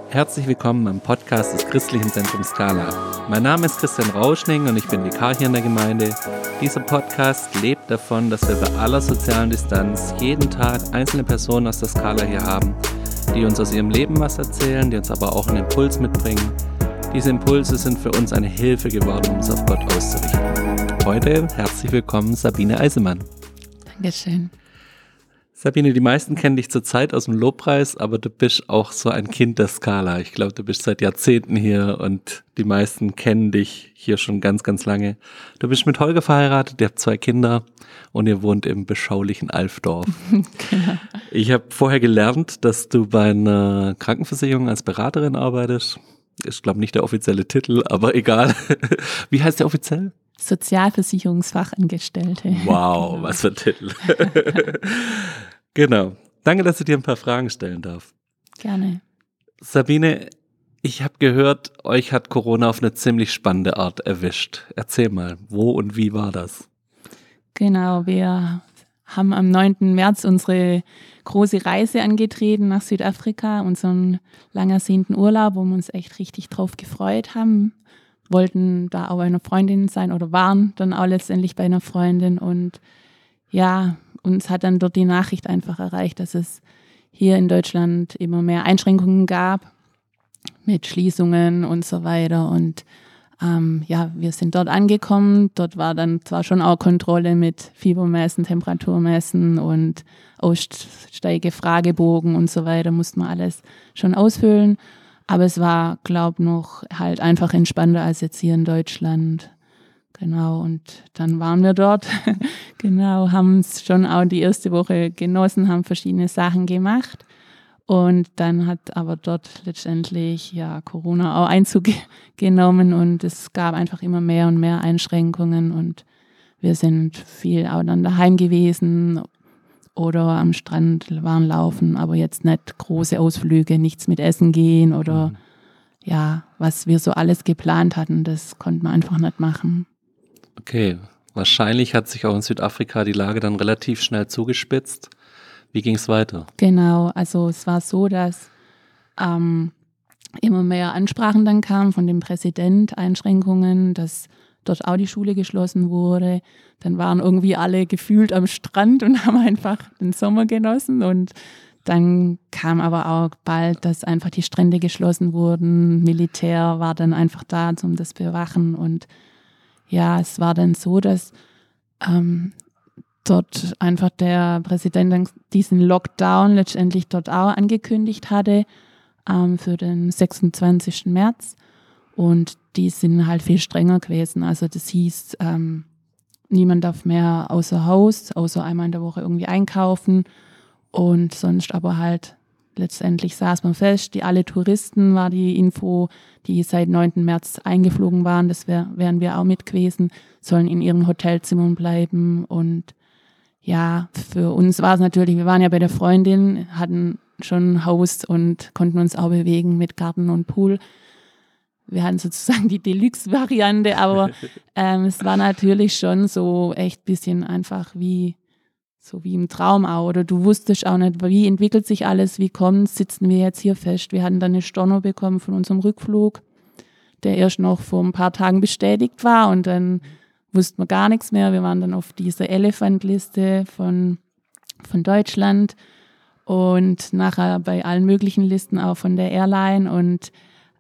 Herzlich willkommen am Podcast des Christlichen Zentrums Skala. Mein Name ist Christian Rauschning und ich bin Vikar hier in der Gemeinde. Dieser Podcast lebt davon, dass wir bei aller sozialen Distanz jeden Tag einzelne Personen aus der Skala hier haben, die uns aus ihrem Leben was erzählen, die uns aber auch einen Impuls mitbringen. Diese Impulse sind für uns eine Hilfe geworden, uns auf Gott auszurichten. Heute herzlich willkommen Sabine Eisemann. Dankeschön. Sabine, die meisten kennen dich zurzeit aus dem Lobpreis, aber du bist auch so ein Kind der Skala. Ich glaube, du bist seit Jahrzehnten hier und die meisten kennen dich hier schon ganz, ganz lange. Du bist mit Holger verheiratet, ihr habt 2 Kinder und ihr wohnt im beschaulichen Alfdorf. Genau. Ich habe vorher gelernt, dass du bei einer Krankenversicherung als Beraterin arbeitest. Ich glaube nicht der offizielle Titel, aber egal. Wie heißt der offiziell? Sozialversicherungsfachangestellte. Wow, genau. Was für ein Titel. Genau. Danke, dass ich dir ein paar Fragen stellen darf. Gerne. Sabine, ich habe gehört, euch hat Corona auf eine ziemlich spannende Art erwischt. Erzähl mal, wo und wie war das? Genau, wir haben am 9. März unsere große Reise angetreten nach Südafrika, unseren lang ersehnten Urlaub, wo wir uns echt richtig drauf gefreut haben. Wollten da auch bei einer Freundin sein oder waren dann auch letztendlich bei einer Freundin und ja, uns hat dann dort die Nachricht einfach erreicht, dass es hier in Deutschland immer mehr Einschränkungen gab mit Schließungen und so weiter und wir sind dort angekommen, dort war dann zwar schon auch Kontrolle mit Fiebermessen, Temperaturmessen und Aussteigefragebogen und so weiter, musste man alles schon ausfüllen. Aber es war, glaube ich, noch halt einfach entspannter als jetzt hier in Deutschland. Genau, und dann waren wir dort. Genau, haben es schon auch die erste Woche genossen, haben verschiedene Sachen gemacht. Und dann hat aber dort letztendlich Corona auch Einzug genommen und es gab einfach immer mehr und mehr Einschränkungen. Und wir sind viel auch dann daheim gewesen oder am Strand waren laufen, aber jetzt nicht große Ausflüge, nichts mit Essen gehen oder was wir so alles geplant hatten, das konnte man einfach nicht machen. Okay, wahrscheinlich hat sich auch in Südafrika die Lage dann relativ schnell zugespitzt. Wie ging es weiter? Genau, also es war so, dass immer mehr Ansprachen dann kamen von dem Präsident, Einschränkungen, dass dort auch die Schule geschlossen wurde. Dann waren irgendwie alle gefühlt am Strand und haben einfach den Sommer genossen. Und dann kam aber auch bald, dass einfach die Strände geschlossen wurden. Militär war dann einfach da, um das bewachen. Und ja, es war dann so, dass dort einfach der Präsident dann diesen Lockdown letztendlich dort auch angekündigt hatte für den 26. März. Und die sind halt viel strenger gewesen. Also das hieß, niemand darf mehr außer Haus, außer einmal in der Woche irgendwie einkaufen. Und sonst aber halt letztendlich saß man fest. Alle Touristen war die Info, die seit 9. März eingeflogen waren, das wären wir auch mit gewesen, sollen in ihren Hotelzimmern bleiben. Und ja, für uns war es natürlich, wir waren ja bei der Freundin, hatten schon ein Haus und konnten uns auch bewegen mit Garten und Pool. Wir hatten sozusagen die Deluxe-Variante, aber es war natürlich schon so echt ein bisschen einfach wie im Traum auch. Oder du wusstest auch nicht, wie entwickelt sich alles, wie kommt, sitzen wir jetzt hier fest. Wir hatten dann eine Storno bekommen von unserem Rückflug, der erst noch vor ein paar Tagen bestätigt war und dann wussten wir gar nichts mehr. Wir waren dann auf dieser Elephant-Liste von Deutschland und nachher bei allen möglichen Listen auch von der Airline und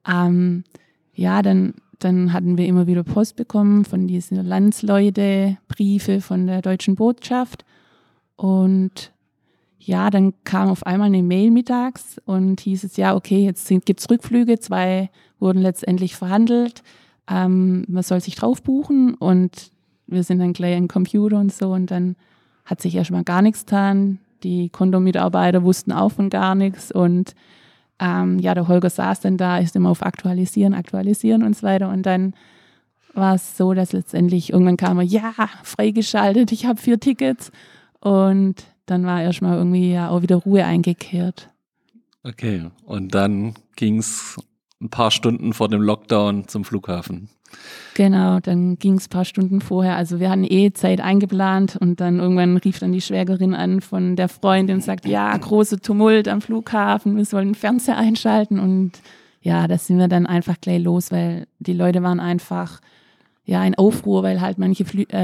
dann hatten wir immer wieder Post bekommen von diesen Landsleute, Briefe von der deutschen Botschaft. Und ja, dann kam auf einmal eine Mail mittags und hieß es, okay, jetzt gibt es Rückflüge, 2 wurden letztendlich verhandelt. Man soll sich drauf buchen und wir sind dann gleich am Computer und so und dann hat sich erstmal gar nichts getan. Die Kontomitarbeiter wussten auch von gar nichts und der Holger saß dann da, ist immer auf Aktualisieren und so weiter. Und dann war es so, dass letztendlich irgendwann kam freigeschaltet, ich habe 4 Tickets. Und dann war erstmal irgendwie auch wieder Ruhe eingekehrt. Okay, und dann ging es ein paar Stunden vor dem Lockdown zum Flughafen. Genau, dann ging es ein paar Stunden vorher. Also wir hatten Zeit eingeplant und dann irgendwann rief dann die Schwägerin an von der Freundin und sagt, ja, großer Tumult am Flughafen, wir sollen den Fernseher einschalten. Und ja, da sind wir dann einfach gleich los, weil die Leute waren einfach in Aufruhr, weil halt manche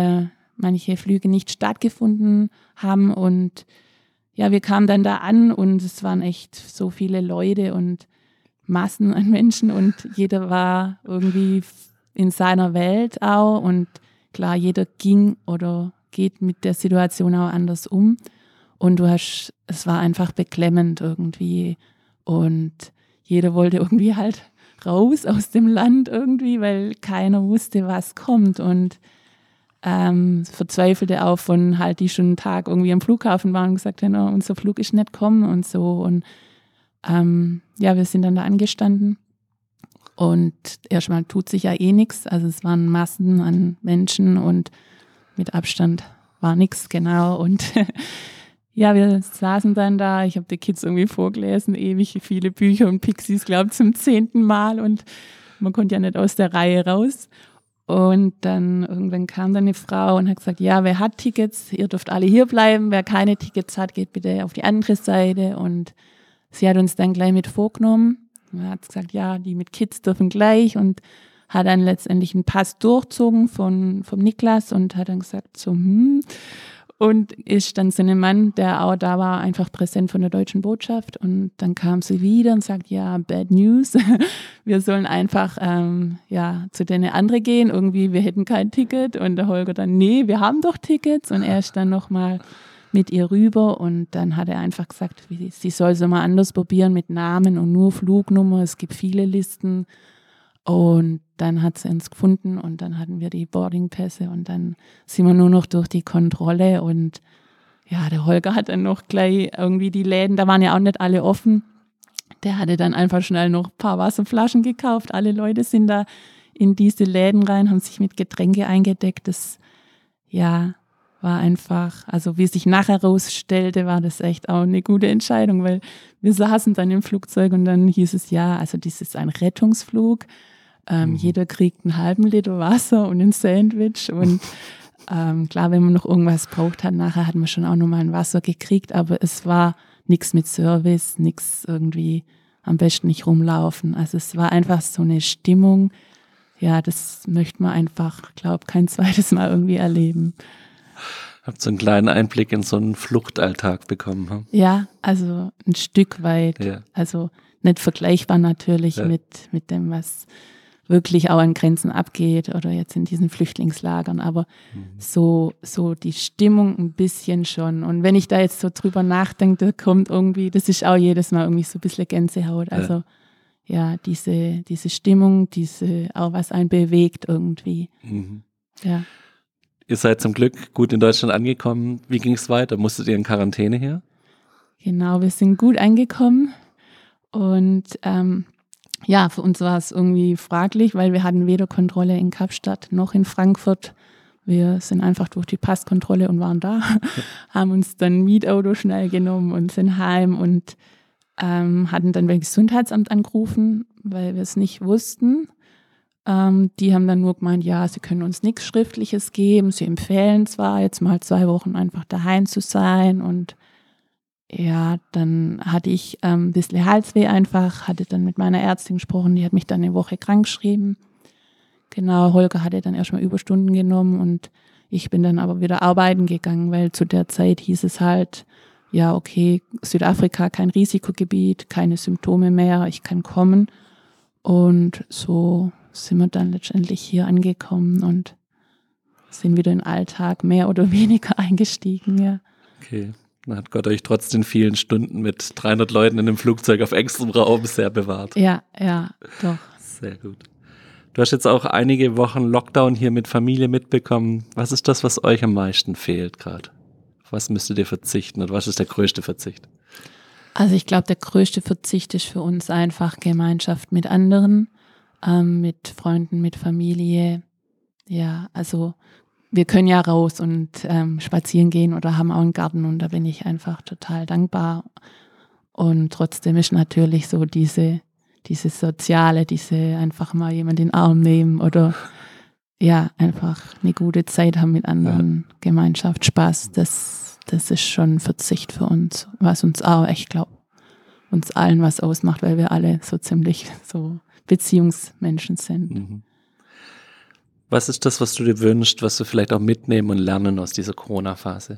Flüge nicht stattgefunden haben. Und ja, wir kamen dann da an und es waren echt so viele Leute und Massen an Menschen und jeder war irgendwie in seiner Welt auch und klar, jeder ging oder geht mit der Situation auch anders um und es war einfach beklemmend irgendwie und jeder wollte irgendwie halt raus aus dem Land irgendwie, weil keiner wusste, was kommt und Verzweifelte auch von halt, die schon einen Tag irgendwie am Flughafen waren und gesagt haben, oh, unser Flug ist nicht kommen und so und wir sind dann da angestanden und erstmal tut sich ja nichts, also es waren Massen an Menschen und mit Abstand war nichts, genau und wir saßen dann da, ich habe die Kids irgendwie vorgelesen, ewig viele Bücher und Pixies, glaube ich, zum 10. Mal und man konnte ja nicht aus der Reihe raus. Und dann irgendwann kam dann eine Frau und hat gesagt, ja, wer hat Tickets? Ihr dürft alle hier bleiben. Wer keine Tickets hat, geht bitte auf die andere Seite. Und sie hat uns dann gleich mit vorgenommen. Er hat gesagt, ja, die mit Kids dürfen gleich und hat dann letztendlich einen Pass durchzogen vom Niklas und hat dann gesagt, so, und ist dann so ein Mann, der auch da war, einfach präsent von der deutschen Botschaft. Und dann kam sie wieder und sagt, ja, bad news. Wir sollen einfach zu den anderen gehen. Irgendwie, wir hätten kein Ticket. Und der Holger dann, nee, wir haben doch Tickets. Und er ist dann nochmal mit ihr rüber. Und dann hat er einfach gesagt, sie soll es mal anders probieren mit Namen und nur Flugnummer. Es gibt viele Listen. Und dann hat sie uns gefunden und dann hatten wir die Boardingpässe und dann sind wir nur noch durch die Kontrolle und ja, der Holger hat dann noch gleich irgendwie die Läden, da waren ja auch nicht alle offen, der hatte dann einfach schnell noch ein paar Wasserflaschen gekauft, alle Leute sind da in diese Läden rein, haben sich mit Getränke eingedeckt, das war einfach, also wie sich nachher herausstellte, war das echt auch eine gute Entscheidung, weil wir saßen dann im Flugzeug und dann hieß es also das ist ein Rettungsflug, jeder kriegt einen halben Liter Wasser und ein Sandwich und klar, wenn man noch irgendwas braucht hat, nachher hat man schon auch nochmal ein Wasser gekriegt, aber es war nichts mit Service, nichts irgendwie, am besten nicht rumlaufen. Also es war einfach so eine Stimmung, ja, das möchte man einfach, glaube kein zweites Mal irgendwie erleben. Habt so einen kleinen Einblick in so einen Fluchtalltag bekommen. Hm? Ja, also ein Stück weit, also nicht vergleichbar natürlich mit dem, was wirklich auch an Grenzen abgeht oder jetzt in diesen Flüchtlingslagern, aber so die Stimmung ein bisschen schon. Und wenn ich da jetzt so drüber nachdenke, da kommt irgendwie, das ist auch jedes Mal irgendwie so ein bisschen Gänsehaut. Also diese Stimmung, auch was einen bewegt irgendwie. Mhm. Ja. Ihr seid zum Glück gut in Deutschland angekommen. Wie ging es weiter? Musstet ihr in Quarantäne her? Genau, wir sind gut angekommen und für uns war es irgendwie fraglich, weil wir hatten weder Kontrolle in Kapstadt noch in Frankfurt. Wir sind einfach durch die Passkontrolle und waren da, haben uns dann ein Mietauto schnell genommen und sind heim und hatten dann beim Gesundheitsamt angerufen, weil wir es nicht wussten. Die haben dann nur gemeint, ja, sie können uns nichts Schriftliches geben. Sie empfehlen zwar, jetzt mal 2 Wochen einfach daheim zu sein und ja, dann hatte ich ein bisschen Halsweh einfach, hatte dann mit meiner Ärztin gesprochen, die hat mich dann eine Woche krank geschrieben. Genau, Holger hatte dann erstmal Überstunden genommen und ich bin dann aber wieder arbeiten gegangen, weil zu der Zeit hieß es halt, ja okay, Südafrika kein Risikogebiet, keine Symptome mehr, ich kann kommen. Und so sind wir dann letztendlich hier angekommen und sind wieder in den Alltag mehr oder weniger eingestiegen, ja. Okay. Dann hat Gott euch trotz den vielen Stunden mit 300 Leuten in einem Flugzeug auf engstem Raum sehr bewahrt. Ja, doch. Sehr gut. Du hast jetzt auch einige Wochen Lockdown hier mit Familie mitbekommen. Was ist das, was euch am meisten fehlt gerade? Auf was müsstet ihr verzichten und was ist der größte Verzicht? Also ich glaube, der größte Verzicht ist für uns einfach Gemeinschaft mit anderen, mit Freunden, mit Familie. Ja, also wir können ja raus und spazieren gehen oder haben auch einen Garten und da bin ich einfach total dankbar. Und trotzdem ist natürlich so diese Soziale, einfach mal jemand in den Arm nehmen oder ja, einfach eine gute Zeit haben mit anderen, Gemeinschaft, Spaß, das ist schon ein Verzicht für uns, was uns auch, ich glaube, uns allen was ausmacht, weil wir alle so ziemlich so Beziehungsmenschen sind. Mhm. Was ist das, was du dir wünschst, was wir vielleicht auch mitnehmen und lernen aus dieser Corona-Phase?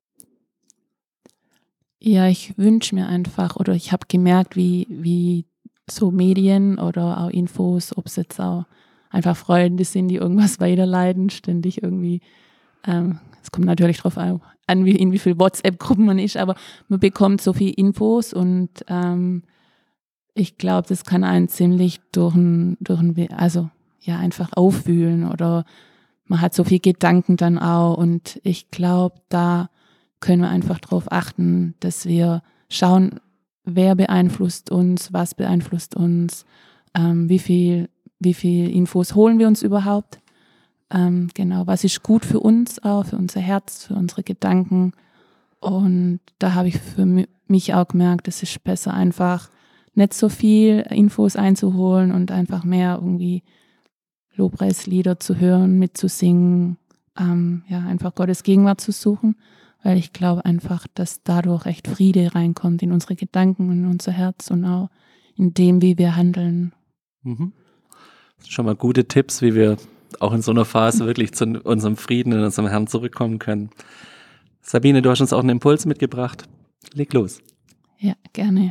Ja, ich wünsche mir einfach, oder ich habe gemerkt, wie so Medien oder auch Infos, ob es jetzt auch einfach Freunde sind, die irgendwas weiterleiten, ständig irgendwie, es kommt natürlich darauf an, in wie viel WhatsApp-Gruppen man ist, aber man bekommt so viel Infos und ich glaube, das kann einen ziemlich also ja, einfach aufwühlen oder man hat so viel Gedanken dann auch und ich glaube, da können wir einfach darauf achten, dass wir schauen, wer beeinflusst uns, was beeinflusst uns, wie viel Infos holen wir uns überhaupt, genau, was ist gut für uns auch, für unser Herz, für unsere Gedanken und da habe ich für mich auch gemerkt, es ist besser einfach nicht so viel Infos einzuholen und einfach mehr irgendwie Lobpreislieder zu hören, mitzusingen, ja, einfach Gottes Gegenwart zu suchen, weil ich glaube einfach, dass dadurch echt Friede reinkommt in unsere Gedanken, in unser Herz und auch in dem, wie wir handeln. Mhm. Das sind schon mal gute Tipps, wie wir auch in so einer Phase wirklich zu unserem Frieden in unserem Herrn zurückkommen können. Sabine, du hast uns auch einen Impuls mitgebracht. Leg los. Ja, gerne.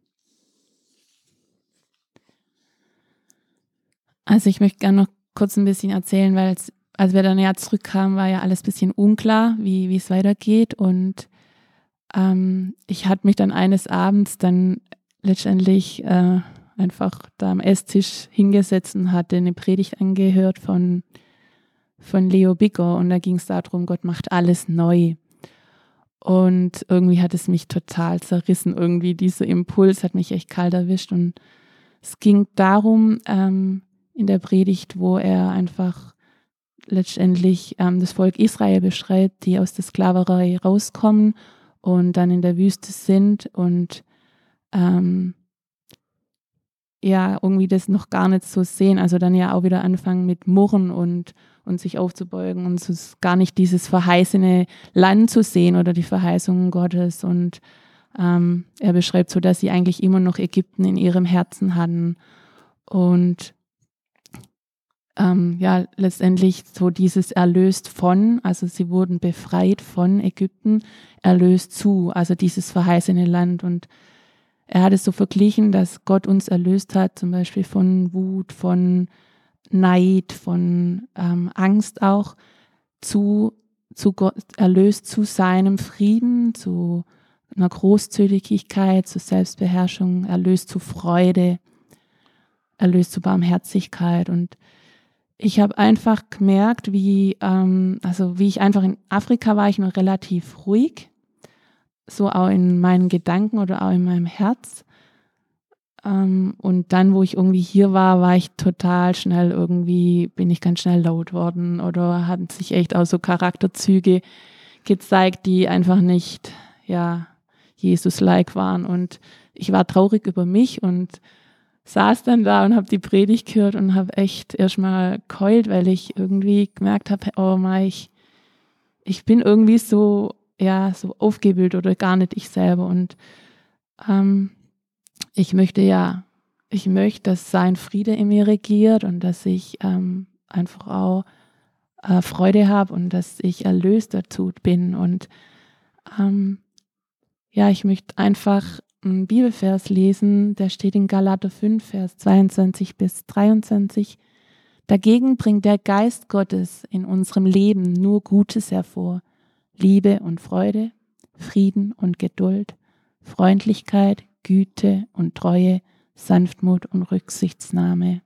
Also ich möchte gerne noch kurz ein bisschen erzählen, weil als wir dann ja zurückkamen, war ja alles ein bisschen unklar, wie es weitergeht. Und ich hatte mich dann eines Abends dann letztendlich einfach da am Esstisch hingesetzt und hatte eine Predigt angehört von Leo Bigger. Und da ging es darum, Gott macht alles neu. Und irgendwie hat es mich total zerrissen. Irgendwie dieser Impuls hat mich echt kalt erwischt. Und es ging darum, in der Predigt, wo er einfach letztendlich das Volk Israel beschreibt, die aus der Sklaverei rauskommen und dann in der Wüste sind und ja, irgendwie das noch gar nicht so sehen. Also dann ja auch wieder anfangen mit Murren und sich aufzubeugen und so gar nicht dieses verheißene Land zu sehen oder die Verheißungen Gottes. Und er beschreibt so, dass sie eigentlich immer noch Ägypten in ihrem Herzen hatten. Und ja, letztendlich so dieses erlöst von, also sie wurden befreit von Ägypten, erlöst zu, also dieses verheißene Land. Und er hat es so verglichen, dass Gott uns erlöst hat, zum Beispiel von Wut, von Neid, von Angst auch, zu Gott, erlöst zu seinem Frieden, zu einer Großzügigkeit, zu Selbstbeherrschung, erlöst zu Freude, erlöst zu Barmherzigkeit. Und ich habe einfach gemerkt, wie ich einfach in Afrika war, ich noch relativ ruhig, so auch in meinen Gedanken oder auch in meinem Herz. Und dann, wo ich irgendwie hier war ich total schnell bin ich ganz schnell laut worden oder hatten sich echt auch so Charakterzüge gezeigt, die einfach nicht, ja, Jesus-like waren. Und ich war traurig über mich und saß dann da und habe die Predigt gehört und habe echt erstmal geheult, weil ich irgendwie gemerkt habe, oh mein, ich bin irgendwie so, ja, so aufgewühlt oder gar nicht ich selber. Und ich möchte, dass sein Friede in mir regiert und dass ich einfach auch Freude habe und dass ich erlöst dazu bin. Und ja, ich möchte einfach einen Bibelvers lesen, der steht in Galater 5, Vers 22 bis 23. Dagegen bringt der Geist Gottes in unserem Leben nur Gutes hervor. Liebe und Freude, Frieden und Geduld, Freundlichkeit, Güte und Treue, Sanftmut und Rücksichtnahme.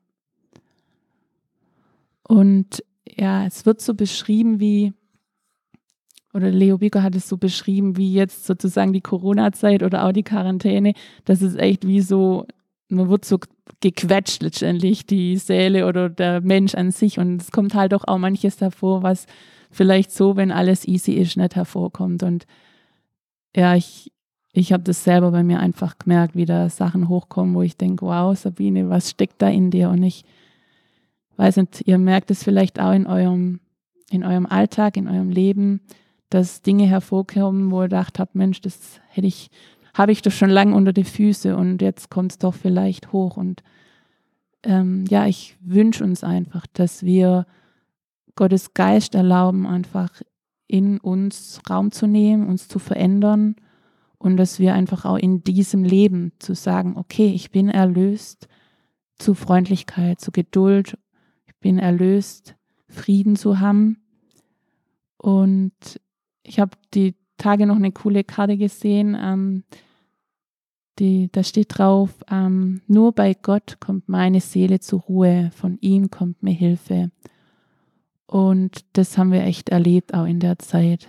Und ja, es wird so beschrieben oder Leo Bigger hat es so beschrieben, wie jetzt sozusagen die Corona-Zeit oder auch die Quarantäne, das ist echt wie so, man wird so gequetscht letztendlich, die Seele oder der Mensch an sich und es kommt halt doch auch manches hervor, was vielleicht so, wenn alles easy ist, nicht hervorkommt und ja, ich habe das selber bei mir einfach gemerkt, wie da Sachen hochkommen, wo ich denke, wow, Sabine, was steckt da in dir? Und ich weiß nicht, ihr merkt es vielleicht auch in eurem Alltag, in eurem Leben, dass Dinge hervorkommen, wo ihr gedacht habt, Mensch, das habe ich doch schon lange unter die Füße und jetzt kommt es doch vielleicht hoch. Und ich wünsche uns einfach, dass wir Gottes Geist erlauben, einfach in uns Raum zu nehmen, uns zu verändern und dass wir einfach auch in diesem Leben zu sagen, okay, ich bin erlöst zu Freundlichkeit, zu Geduld, ich bin erlöst, Frieden zu haben. Und ich habe die Tage noch eine coole Karte gesehen, da steht drauf, nur bei Gott kommt meine Seele zur Ruhe, von ihm kommt mir Hilfe. Und das haben wir echt erlebt, auch in der Zeit,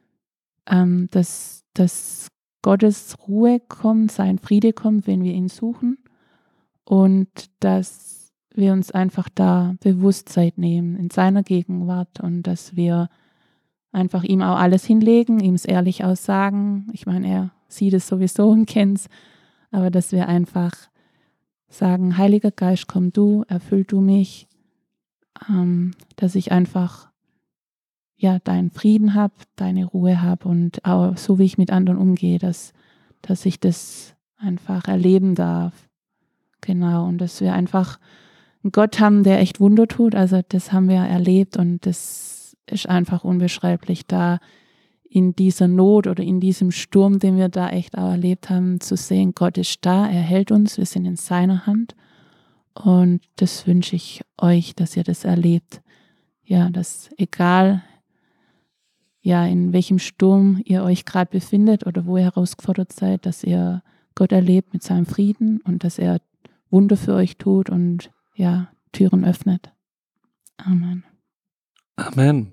dass Gottes Ruhe kommt, sein Friede kommt, wenn wir ihn suchen und dass wir uns einfach da bewusst Zeit nehmen in seiner Gegenwart und dass wir einfach ihm auch alles hinlegen, ihm es ehrlich aussagen. Ich meine, er sieht es sowieso und kennt es, aber dass wir einfach sagen, Heiliger Geist, komm du, erfüll du mich, dass ich einfach deinen Frieden habe, deine Ruhe habe und auch so, wie ich mit anderen umgehe, dass ich das einfach erleben darf. Genau, und dass wir einfach einen Gott haben, der echt Wunder tut, also das haben wir erlebt und das ist einfach unbeschreiblich, da in dieser Not oder in diesem Sturm, den wir da echt auch erlebt haben, zu sehen, Gott ist da, er hält uns, wir sind in seiner Hand. Und das wünsche ich euch, dass ihr das erlebt. Ja, dass egal, in welchem Sturm ihr euch gerade befindet oder wo ihr herausgefordert seid, dass ihr Gott erlebt mit seinem Frieden und dass er Wunder für euch tut und Türen öffnet. Amen. Amen.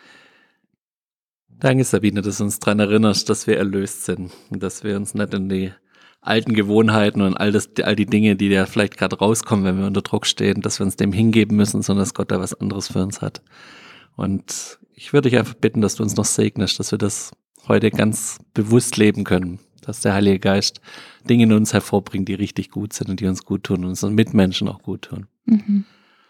Danke, Sabine, dass du uns daran erinnerst, dass wir erlöst sind und dass wir uns nicht in die alten Gewohnheiten und all die Dinge, die da vielleicht gerade rauskommen, wenn wir unter Druck stehen, dass wir uns dem hingeben müssen, sondern dass Gott da was anderes für uns hat. Und ich würde dich einfach bitten, dass du uns noch segnest, dass wir das heute ganz bewusst leben können, dass der Heilige Geist Dinge in uns hervorbringt, die richtig gut sind und die uns gut tun und unseren Mitmenschen auch gut tun. Mhm.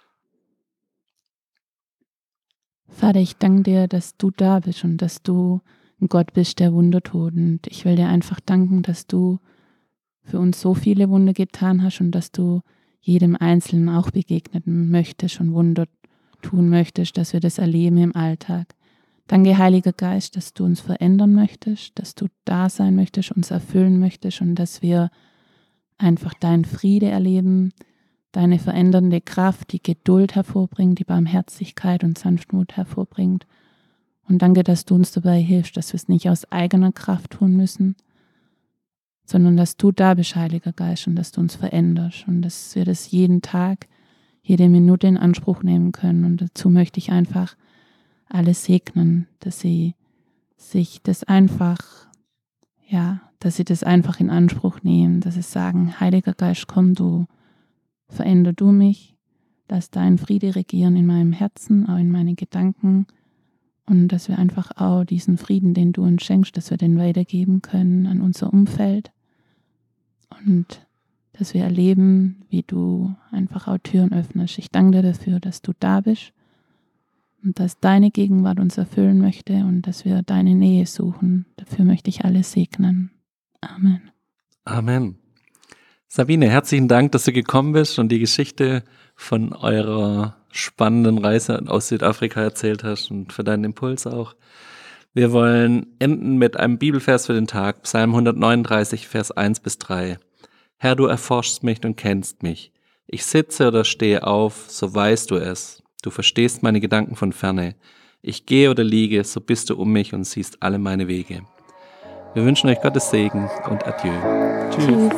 Vater, ich danke dir, dass du da bist und dass du ein Gott bist, der Wunder tut. Und ich will dir einfach danken, dass du für uns so viele Wunder getan hast und dass du jedem Einzelnen auch begegnen möchtest und Wunder tun möchtest, dass wir das erleben im Alltag. Danke, Heiliger Geist, dass du uns verändern möchtest, dass du da sein möchtest, uns erfüllen möchtest und dass wir einfach deinen Friede erleben, deine verändernde Kraft, die Geduld hervorbringt, die Barmherzigkeit und Sanftmut hervorbringt. Und danke, dass du uns dabei hilfst, dass wir es nicht aus eigener Kraft tun müssen, sondern dass du da bist, Heiliger Geist, und dass du uns veränderst und dass wir das jeden Tag, jede Minute in Anspruch nehmen können. Und dazu möchte ich einfach alle segnen, dass sie sich das einfach, dass sie das einfach in Anspruch nehmen, dass sie sagen, Heiliger Geist, komm du, veränder du mich, lass dein Friede regieren in meinem Herzen, auch in meinen Gedanken und dass wir einfach auch diesen Frieden, den du uns schenkst, dass wir den weitergeben können an unser Umfeld und dass wir erleben, wie du einfach auch Türen öffnest. Ich danke dir dafür, dass du da bist und dass deine Gegenwart uns erfüllen möchte und dass wir deine Nähe suchen. Dafür möchte ich alle segnen. Amen. Amen. Sabine, herzlichen Dank, dass du gekommen bist und die Geschichte von eurer spannenden Reise aus Südafrika erzählt hast und für deinen Impuls auch. Wir wollen enden mit einem Bibelvers für den Tag, Psalm 139, Vers 1-3. Herr, du erforschst mich und kennst mich. Ich sitze oder stehe auf, so weißt du es. Du verstehst meine Gedanken von ferne. Ich gehe oder liege, so bist du um mich und siehst alle meine Wege. Wir wünschen euch Gottes Segen und Adieu. Tschüss.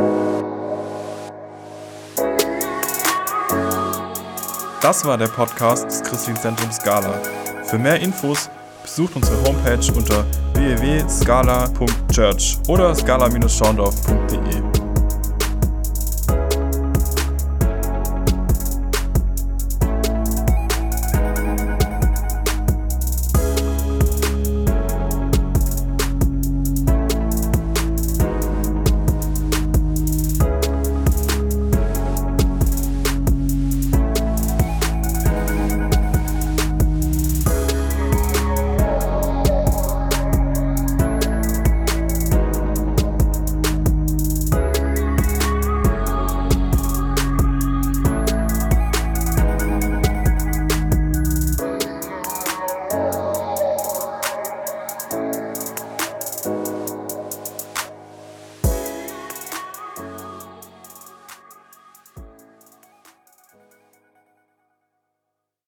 Das war der Podcast des Christlichen Zentrums Scala. Für mehr Infos besucht unsere Homepage unter www.scala.church oder scala-schaundorf.de.